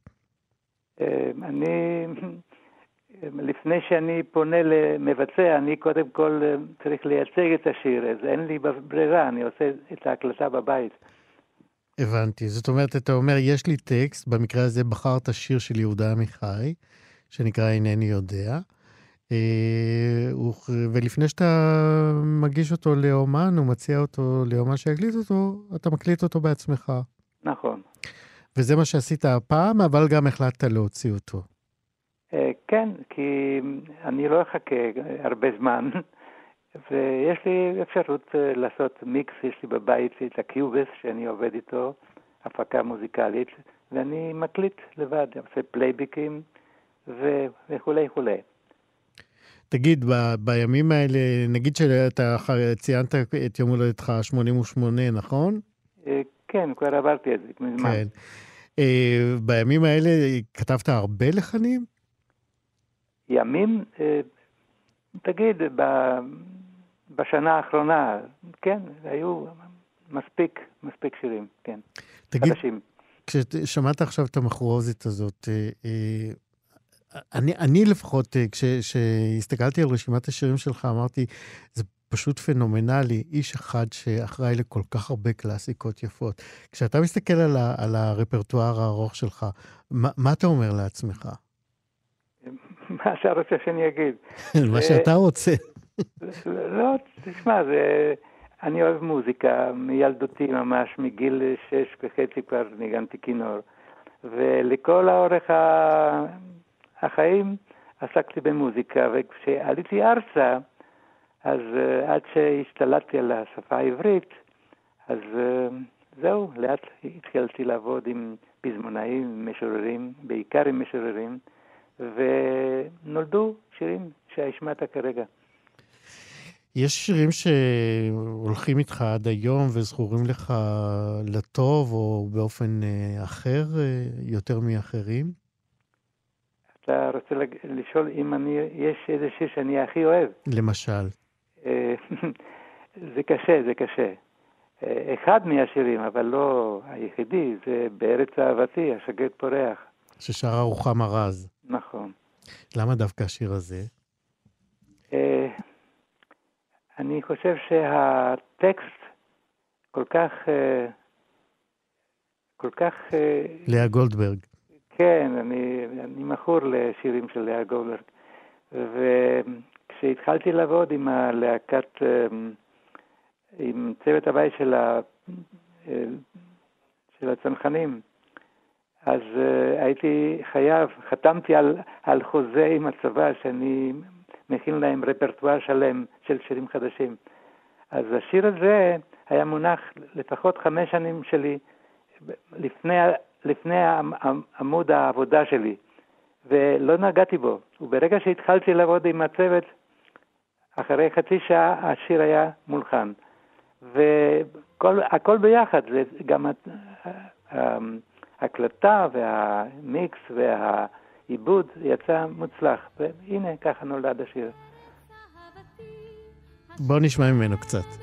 לפני שאני פונה למבצע, אני קודם כל צריך לייצג את השיר, אז אין לי ברירה, אני עושה את ההקלטה בבית. הבנתי. זאת אומרת, אתה אומר, יש לי טקסט, במקרה הזה בחרת שיר של יהודה עמיחי, שנקרא אינני יודע, ולפני שאתה מגיש אותו לאומן, או מציע אותו לאומן שיקליט אותו, אתה מקליט אותו בעצמך. נכון. וזה מה שעשית הפעם, אבל גם החלטת להוציא אותו. כן, כי אני לא אחכה הרבה זמן, ויש לי אפשרות לעשות מיקס, יש לי בבית את הקיובס שאני עובד איתו, הפקה מוזיקלית, ואני מקליט לבד, עושה פלייביקים וכולי. תגיד, בימים האלה, נגיד שאתה ציינת את יום הולדתך 88, נכון? כן, כבר עברתי את זה מזמן. כן. בימים האלה כתבת הרבה לחנים? ימים, תגיד, בשנה האחרונה, כן, היו מספיק שירים, כן. תגיד, חדשים. כששמעת עכשיו את המחרוזת הזאת, אני לפחות, כשהסתכלתי על רשימת השירים שלך, אמרתי, זה פשוט פנומנלי, איש אחד שאחראי לכל כך הרבה קלאסיקות יפות. כשאתה מסתכל על הרפרטואר הארוך שלך, מה אתה אומר לעצמך? מה אתה רוצה שאני אגיד? מה שאתה רוצה. לא, תשמע, אני אוהב מוזיקה, מילדותי ממש, מגיל 6.5 כבר ניגנתי כינור, ולכל האורך החיים עסקתי במוזיקה, וכשעליתי ארצה, אז עד שהשתלטתי על השפה העברית, אז זהו, לאט התחלתי לעבוד עם פזמונאים, משוררים, בעיקר עם משוררים, ונולדו שירים שהשמעת כרגע. יש שירים שהולכים איתך עד היום וזכורים לך לטוב או באופן אחר, יותר מאחרים? אתה רוצה לשאול אם יש איזה שיר שאני הכי אוהב? למשל. זה קשה. אחד מהשירים, אבל לא היחידי, זה בארץ אהבתי, השגר פורח. ששרה רוחמה רז. נכון. למה דווקא השיר הזה? אני חושב שהטקסט כל כך... לאה גולדברג. כן, אני מכור לשירים של לאה גולדברג. וכשהתחלתי לעבוד עם הלהקת, עם צוות הבית של הצנחנים, אז הייתי חתמתי על חוזה עם הצבא שאני מכין להם רפרטואר שלם של שירים חדשים. אז השיר הזה היה מונח לפחות 5 שנים שלי לפני עמוד העבודה שלי, ולא נגעתי בו. וברגע שהתחלתי לעבוד עם הצוות, אחרי חצי שעה השיר היה מולחן. והכל ביחד, זה גם ההקלטה והמיקס והעיבוד יצא מוצלח. והנה, ככה נולד השיר. בוא נשמע ממנו קצת.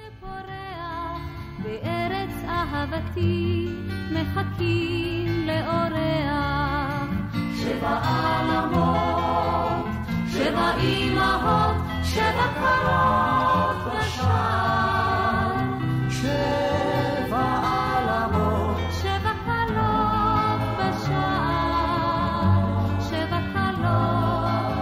בארץ אהבתי מחכים לאורח 7 עלמות, 7 אמהות, 7 קרות בשער 7 עלמות, 7 קרות בשער 7 קרות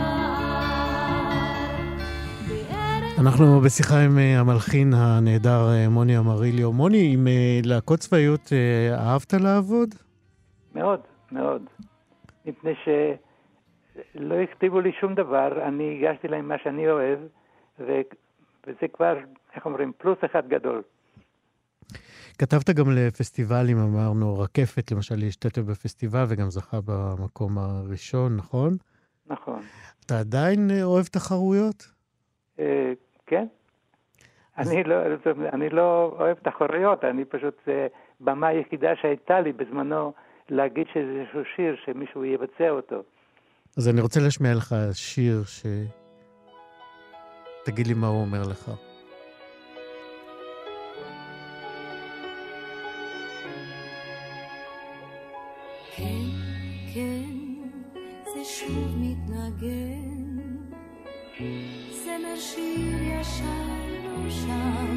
בשער. אנחנו בשיחה עם המלחין הנהדר מוני אמריליו. מוני, עם להקות צבאיות אהבת לעבוד? מאוד, מאוד. מפני לא הכתיבו לי שום דבר, אני הגשתי להם מה שאני אוהב, וזה כבר, איך אומרים, פלוס אחד גדול. כתבת גם לפסטיבלים, אמרנו, רקפת, למשל, השתתף בפסטיבל, וגם זכה במקום הראשון, נכון? נכון. אתה עדיין אוהב תחרויות? כן. אני לא אוהב תחרויות, אני פשוט, במה היחידה שהייתה לי בזמנו, להגיד שזה איזשהו שיר שמישהו יבצע אותו. אז אני רוצה להשמיע לך שיר תגיד לי מה הוא אומר לך. כן, כן, זה שוב מתנגן, זמר שיר ישן נושן,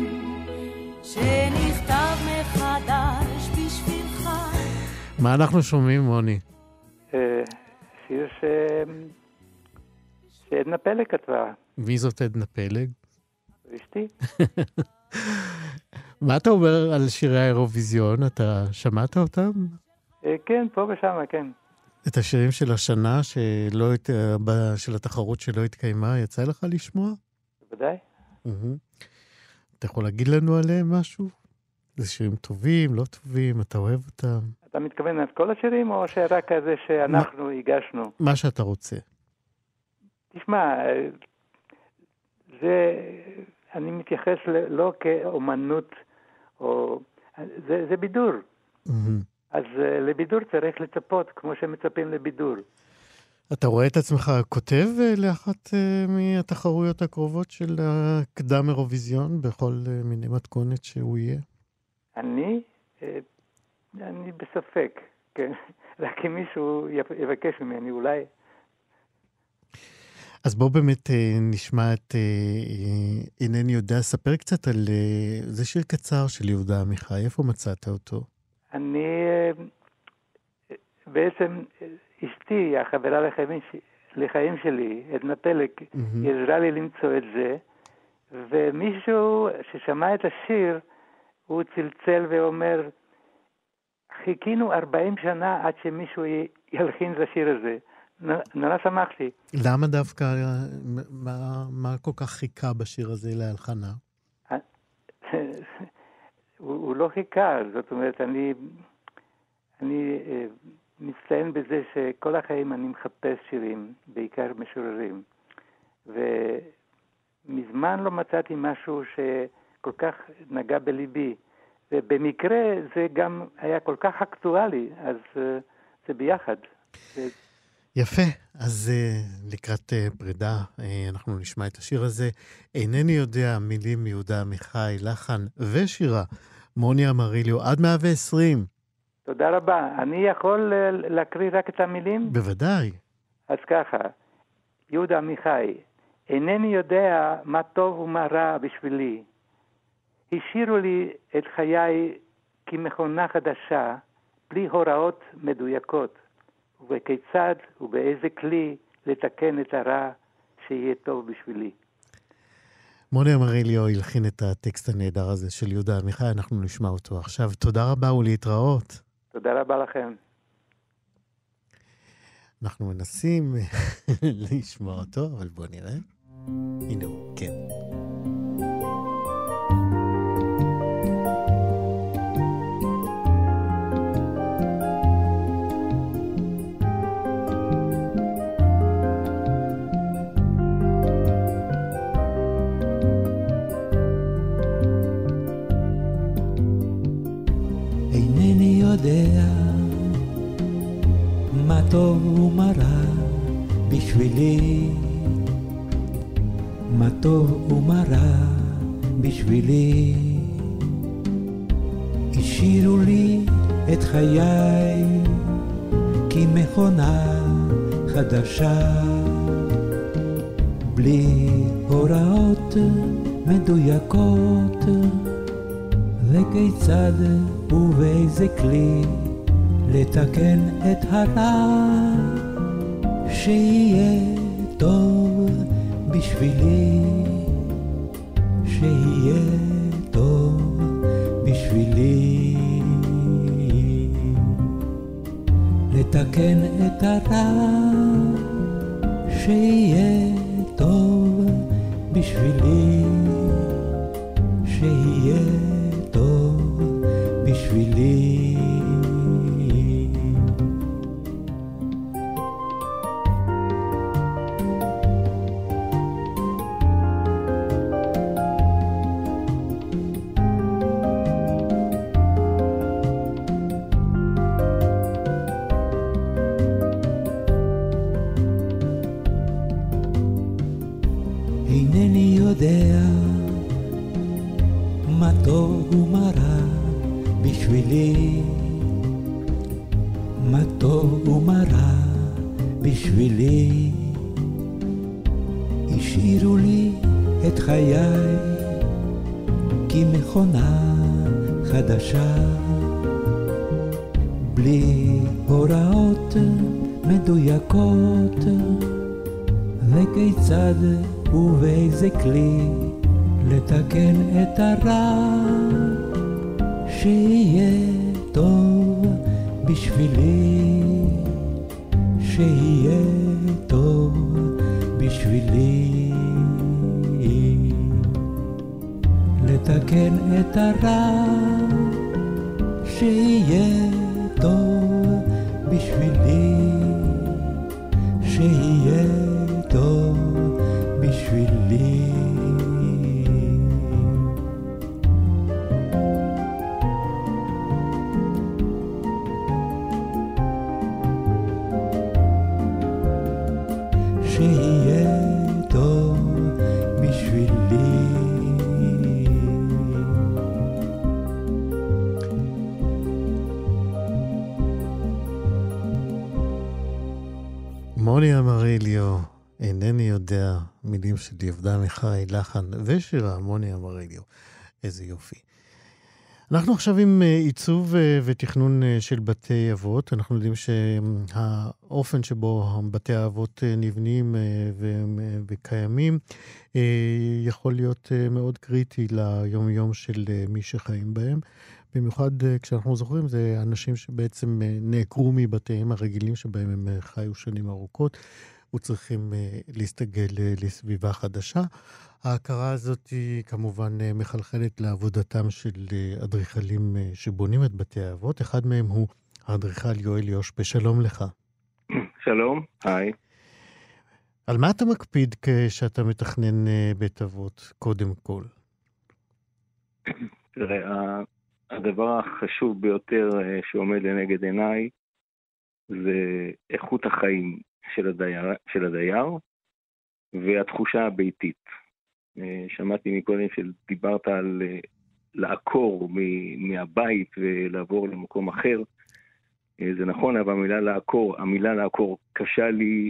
שנכתב מחדש בשבילך. מה אנחנו שומעים, מוני? שיר שעדנה פלג כתבה. מי זאת עדנה פלג? אשתי. מה אתה אומר על שירי האירוויזיון? אתה שמעת אותם? כן, פה ושם, כן. את השירים של השנה של התחרות שלא התקיימה, יצא לך לשמוע? בוודאי. אתה יכול להגיד לנו עליהם משהו? זה שירים טובים, לא טובים, אתה אוהב אותם? אתה מתכוון על כל השירים, או שרק הזה שאנחנו הגשנו? מה שאתה רוצה. תשמע, אני מתייחס לא כאומנות, זה בידור. אז לבידור צריך לצפות, כמו שמצפים לבידור. אתה רואה את עצמך כותב לאחת מהתחרויות הקרובות של הקדם אירוויזיון, בכל מיני מתכונת שהוא יהיה? אני בספק, כן. רק אם מישהו יבקש ממני, אולי. אז בוא באמת נשמע את אינני יודע, ספר קצת על זה שיר קצר של יהודה עמיחי, איפה מצאת אותו? אני בעצם אשתי, החברה לחיים שלי, עדנה פלג, היא עזרה לי למצוא את זה, ומישהו ששמע את השיר, הוא צלצל ואומר, חיכינו 40 שנה עד שמישהו ילחין את השיר הזה. נורא שמחתי. למה דווקא, מה כל כך חיכה בשיר הזה להלחנה? הוא לא חיכה, זאת אומרת, אני מצטיין בזה שכל החיים אני מחפש שירים, בעיקר משוררים, ומזמן לא מצאתי משהו שכל כך נגע בליבי, ובמקרה זה גם היה כל כך אקטואלי, אז זה ביחד. יפה, אז לקראת פרידה אנחנו נשמע את השיר הזה. אינני יודע, מילים מיהודה עמיחי, לחן ושירה, מוני אמריליו, עד 120. תודה רבה. אני יכול להקריא רק את המילים? בוודאי. אז ככה, יהודה עמיחי, אינני יודע מה טוב ומה רע בשבילי. השאירו לי את חיי כמכונה חדשה, בלי הוראות מדויקות. וכיצד ובאיזה כלי לתקן את הרע שיהיה טוב בשבילי. מוני אמריליו הלחין את הטקסט הנהדר הזה של יהודה עמיחי, אנחנו נשמע אותו עכשיו. תודה רבה ולהתראות. תודה רבה לכם. אנחנו מנסים לשמוע אותו, אבל בוא נראה. הנה הוא, כן. מה טוב ומה רע בשבילי, מה טוב ומה רע בשבילי. השאירו לי את חיי כמכונה חדשה, בלי הוראות מדויקות, וכיצד ובאיזה כלי לתקן את הרע שיהיה טוב בשבילי, שיהיה טוב בשבילי. לתקן את הרע שיהיה טוב בשבילי, שיהיה טוב בשבילי. אינני יודע מה טוב ומה רע בשבילי, מה טוב ומה רע בשבילי. השאירו לי את חיי כמכונה חדשה, בלי הוראות מדויקות, וכיצד ובאיזה כלי לתקן את הרע. שיהיה טוב בשבילי, שיהיה טוב בשבילי, לתקן את הרע. שיהיה טוב בשבילי, שיהיה טוב בשבילי. שיהיה טוב בשבילי. מוני אמריליו, אינני יודע, מילים של יהודה עמיחי, לחן ושירה, מוני אמריליו. איזה יופי. אנחנו עכשיו עם עיצוב ותכנון של בתי אבות. אנחנו יודעים שהאופן שבו בתי האבות נבנים וקיימים יכול להיות מאוד קריטי ליום-יום של מי שחיים בהם. במיוחד כשאנחנו זוכרים, זה אנשים שבעצם נעקרו מבתיהם הרגילים שבהם הם חיו שנים ארוכות, וצריכים להסתגל לסביבה חדשה. ההכרה הזאת היא כמובן מחלחלת לעבודתם של אדריכלים שבונים את בתי האבות. אחד מהם הוא האדריכל יואל יושפה. שלום לך. שלום, היי. על מה אתה מקפיד כשאתה מתכנן בית אבות, קודם כל? תראה, הדבר החשוב ביותר שעומד לנגד עיניי זה איכות החיים של הדייר והתחושה הביתית. שמעתי מקודם שדיברת על לעקור מהבית ולעבור למקום אחר. זה נכון, אבל המילה לעקור קשה לי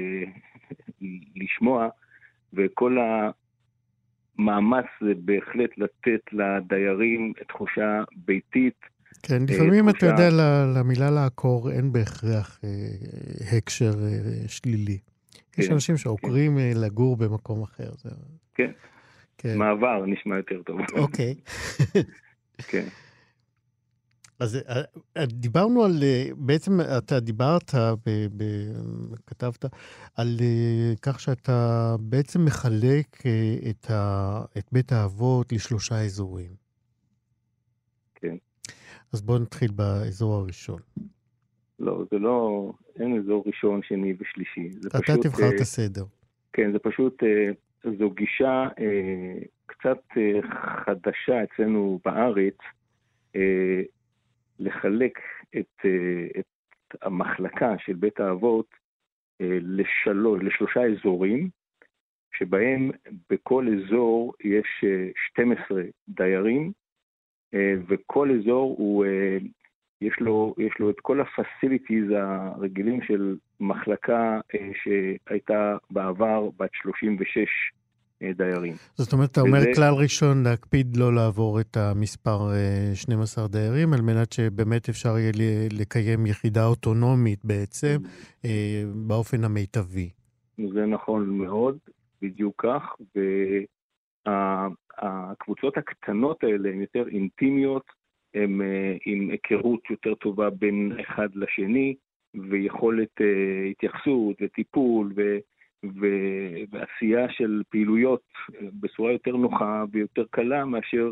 לשמוע, וכל המאמץ זה בהחלט לתת לדיירים תחושה ביתית. כן, לפעמים אתה יודע, למילה לעקור אין בהכרח הקשר שלילי. יש אנשים שעוקרים לגור במקום אחר. כן, מעבר נשמע יותר טוב. אוקיי. כן. אז דיברנו על, בעצם אתה דיברת, כתבת, על כך שאתה בעצם מחלק את בית האבות ל3 אזורים. כן. אז בואו נתחיל באזור הראשון. לא, זה לא, אין אזור ראשון, שני ושלישי. אתה תבחר את הסדר. כן, זה פשוט, זו גישה קצת חדשה אצלנו בארץ, לחלק את המחלקה של בית האבות ל3 אזורים, שבהם בכל אזור יש 12 דיירים, וכל אזור יש לו את כל הפסיליטיז הרגילים של מחלקה שהייתה בעבר בת 36 דיירים. זאת אומרת, אתה אומר כלל ראשון להקפיד לא לעבור את המספר 12 דיירים, על מנת שבאמת אפשר יהיה לקיים יחידה אוטונומית בעצם, באופן המיטבי. זה נכון מאוד, בדיוק כך, והקבוצות הקטנות האלה הן יותר אינטימיות, הן עם היכרות יותר טובה בין אחד לשני, ויכולת התייחסות וטיפול ועשייה של פעילויות בצורה יותר נוחה ויותר קלה מאשר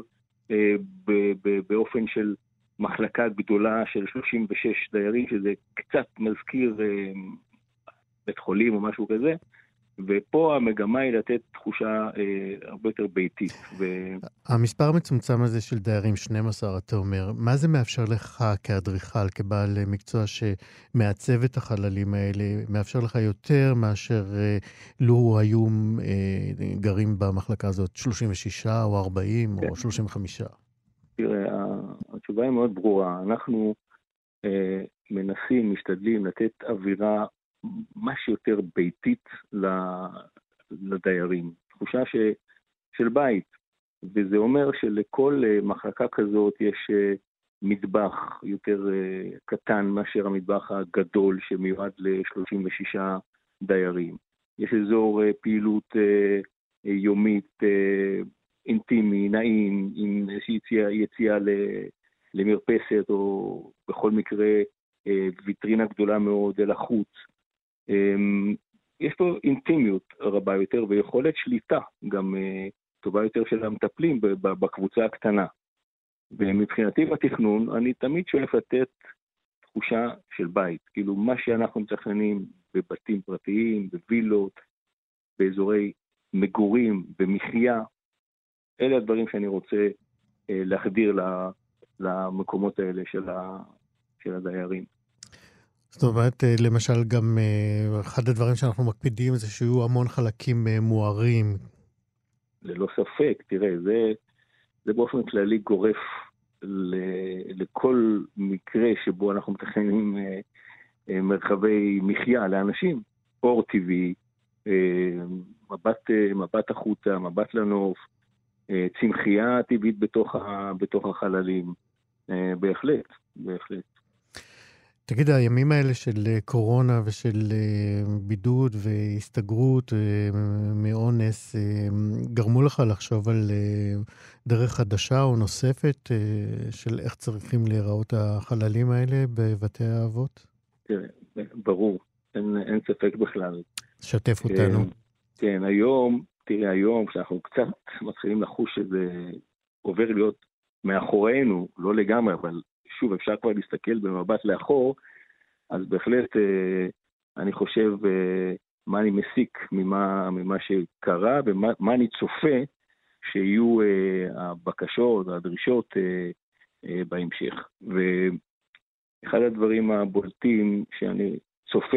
באופן של מחלקה גדולה של 36 דיירים, שזה קצת מזכיר בית חולים או משהו כזה, ופה המגמה היא לתת תחושה הרבה יותר ביתית. המספר המצומצם הזה של דיירים, 12, אתה אומר, מה זה מאפשר לך כאדריכל, כבעל מקצוע שמעצב את החללים האלה, מאפשר לך יותר מאשר לו היו גרים במחלקה הזאת 36 או 40 או 35? תראה, התשובה היא מאוד ברורה. אנחנו מנסים, משתדלים לתת אווירה מה שיותר ביתית לדיירים. תחושה של בית. וזה אומר שלכל מחלקה כזאת יש מטבח יותר קטן מאשר המטבח הגדול שמיועד ל-36 דיירים. יש אזור פעילות יומית אינטימי, נעים, עם איזושהי יציאה למרפסת, או בכל מקרה ויטרינה גדולה מאוד אל החוץ. יש פה אינטימיות רבה יותר, ויכולת שליטה גם טובה יותר של המטפלים בקבוצה הקטנה. ומבחינתי בתכנון, אני תמיד שואף לתת תחושה של בית. כאילו מה שאנחנו מתכננים בבתים פרטיים, בווילות, באזורי מגורים, במחיה, אלה הדברים שאני רוצה להחדיר למקומות האלה של הדיירים. זאת אומרת, למשל גם אחד הדברים שאנחנו מקפידים זה שיהיו המון חלקים מוארים. ללא ספק, תראה, זה באופן כללי גורף לכל מקרה שבו אנחנו מתכננים מרחבי מחיה לאנשים. אור טבעי, מבט החוצה, מבט לנוף, צמחייה טבעית בתוך החללים. בהחלט. תגיד, הימים האלה של קורונה ושל בידוד והסתגרות מאונס, גרמו לך לחשוב על דרך חדשה או נוספת של איך צריכים להיראות החללים האלה בבתי האבות? תראה, ברור, אין ספק בכלל. שתף אותנו. כן, היום כשאנחנו קצת מתחילים לחוש שזה עובר להיות מאחורינו, לא לגמרי, אבל שוב, אפשר כבר להסתכל במבט לאחור, אז בהחלט אני חושב מה אני מסיק ממה שקרה, ומה אני צופה שיהיו הבקשות, הדרישות בהמשך. ואחד הדברים הבולטים שאני צופה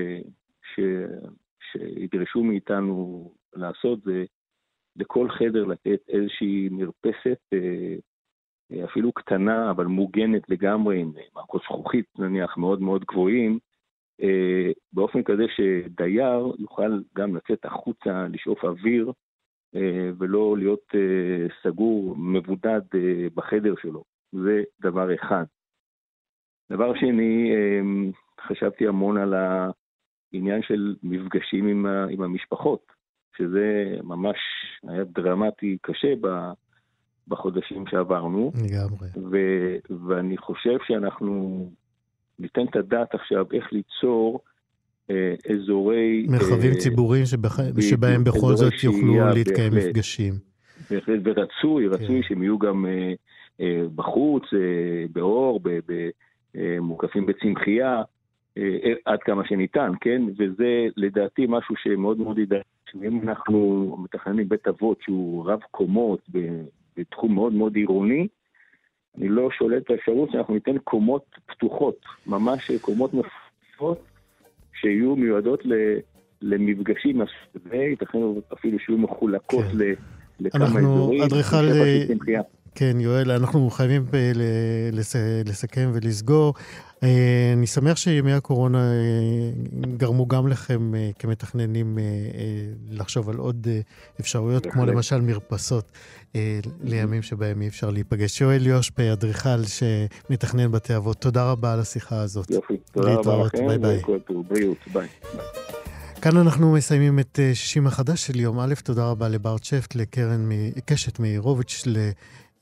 שידרשו מאיתנו לעשות, זה לכל חדר לתת איזושהי מרפסת, אפילו קטנה, אבל מוגנת לגמרי, עם מעקות זכוכית נניח מאוד מאוד גבוהים, באופן כזה שדייר יוכל גם לצאת החוצה, לשאוף אוויר, ולא להיות סגור, מבודד בחדר שלו. זה דבר אחד. דבר שני, חשבתי המון על העניין של מפגשים עם המשפחות, שזה ממש היה דרמטי קשה בחודשים שעברנו. לגמרי. ואני חושב שאנחנו ניתן את הדעת עכשיו איך ליצור אזורי... מרחבים ציבוריים שבהם בכל זאת יוכלו להתקיים מפגשים. ורצוי שהם יהיו גם בחוץ, באור, מוקפים בצמחייה, עד כמה שניתן, כן? וזה לדעתי משהו שמאוד מאוד ידע, שאם אנחנו מתכננים בית אבות שהוא רב קומות בתחום מאוד מאוד עירוני, אני לא שולט באפשרות שאנחנו ניתן קומות פתוחות, ממש קומות מפתחות, שיהיו מיועדות למפגשים, ייתכן אפילו שיהיו מחולקות לכמה אזורים. כן, יואל, אנחנו חייבים לסכם ולסגור. אני שמח שימי הקורונה גרמו גם לכם כמתכננים לחשוב על עוד אפשרויות, כמו למשל מרפסות לימים שבהם אי אפשר להיפגש. יואל יושפה, אדריכל שמתכנן בתי אבות, תודה רבה על השיחה הזאת. יופי, תודה רבה לכם, בריאות, ביי. כאן אנחנו מסיימים את שישים החדש של יום א', תודה רבה לברט שפט, לקרן קשת מאירוביץ',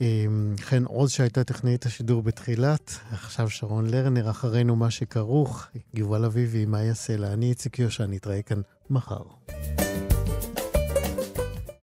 חן עוז שהייתה טכנאית השידור בתחילת, עכשיו שרון לרנר, אחרינו מה שכרוך, יובל אביבי, מאיה סלע, אני איציק יושע, נתראה כאן מחר.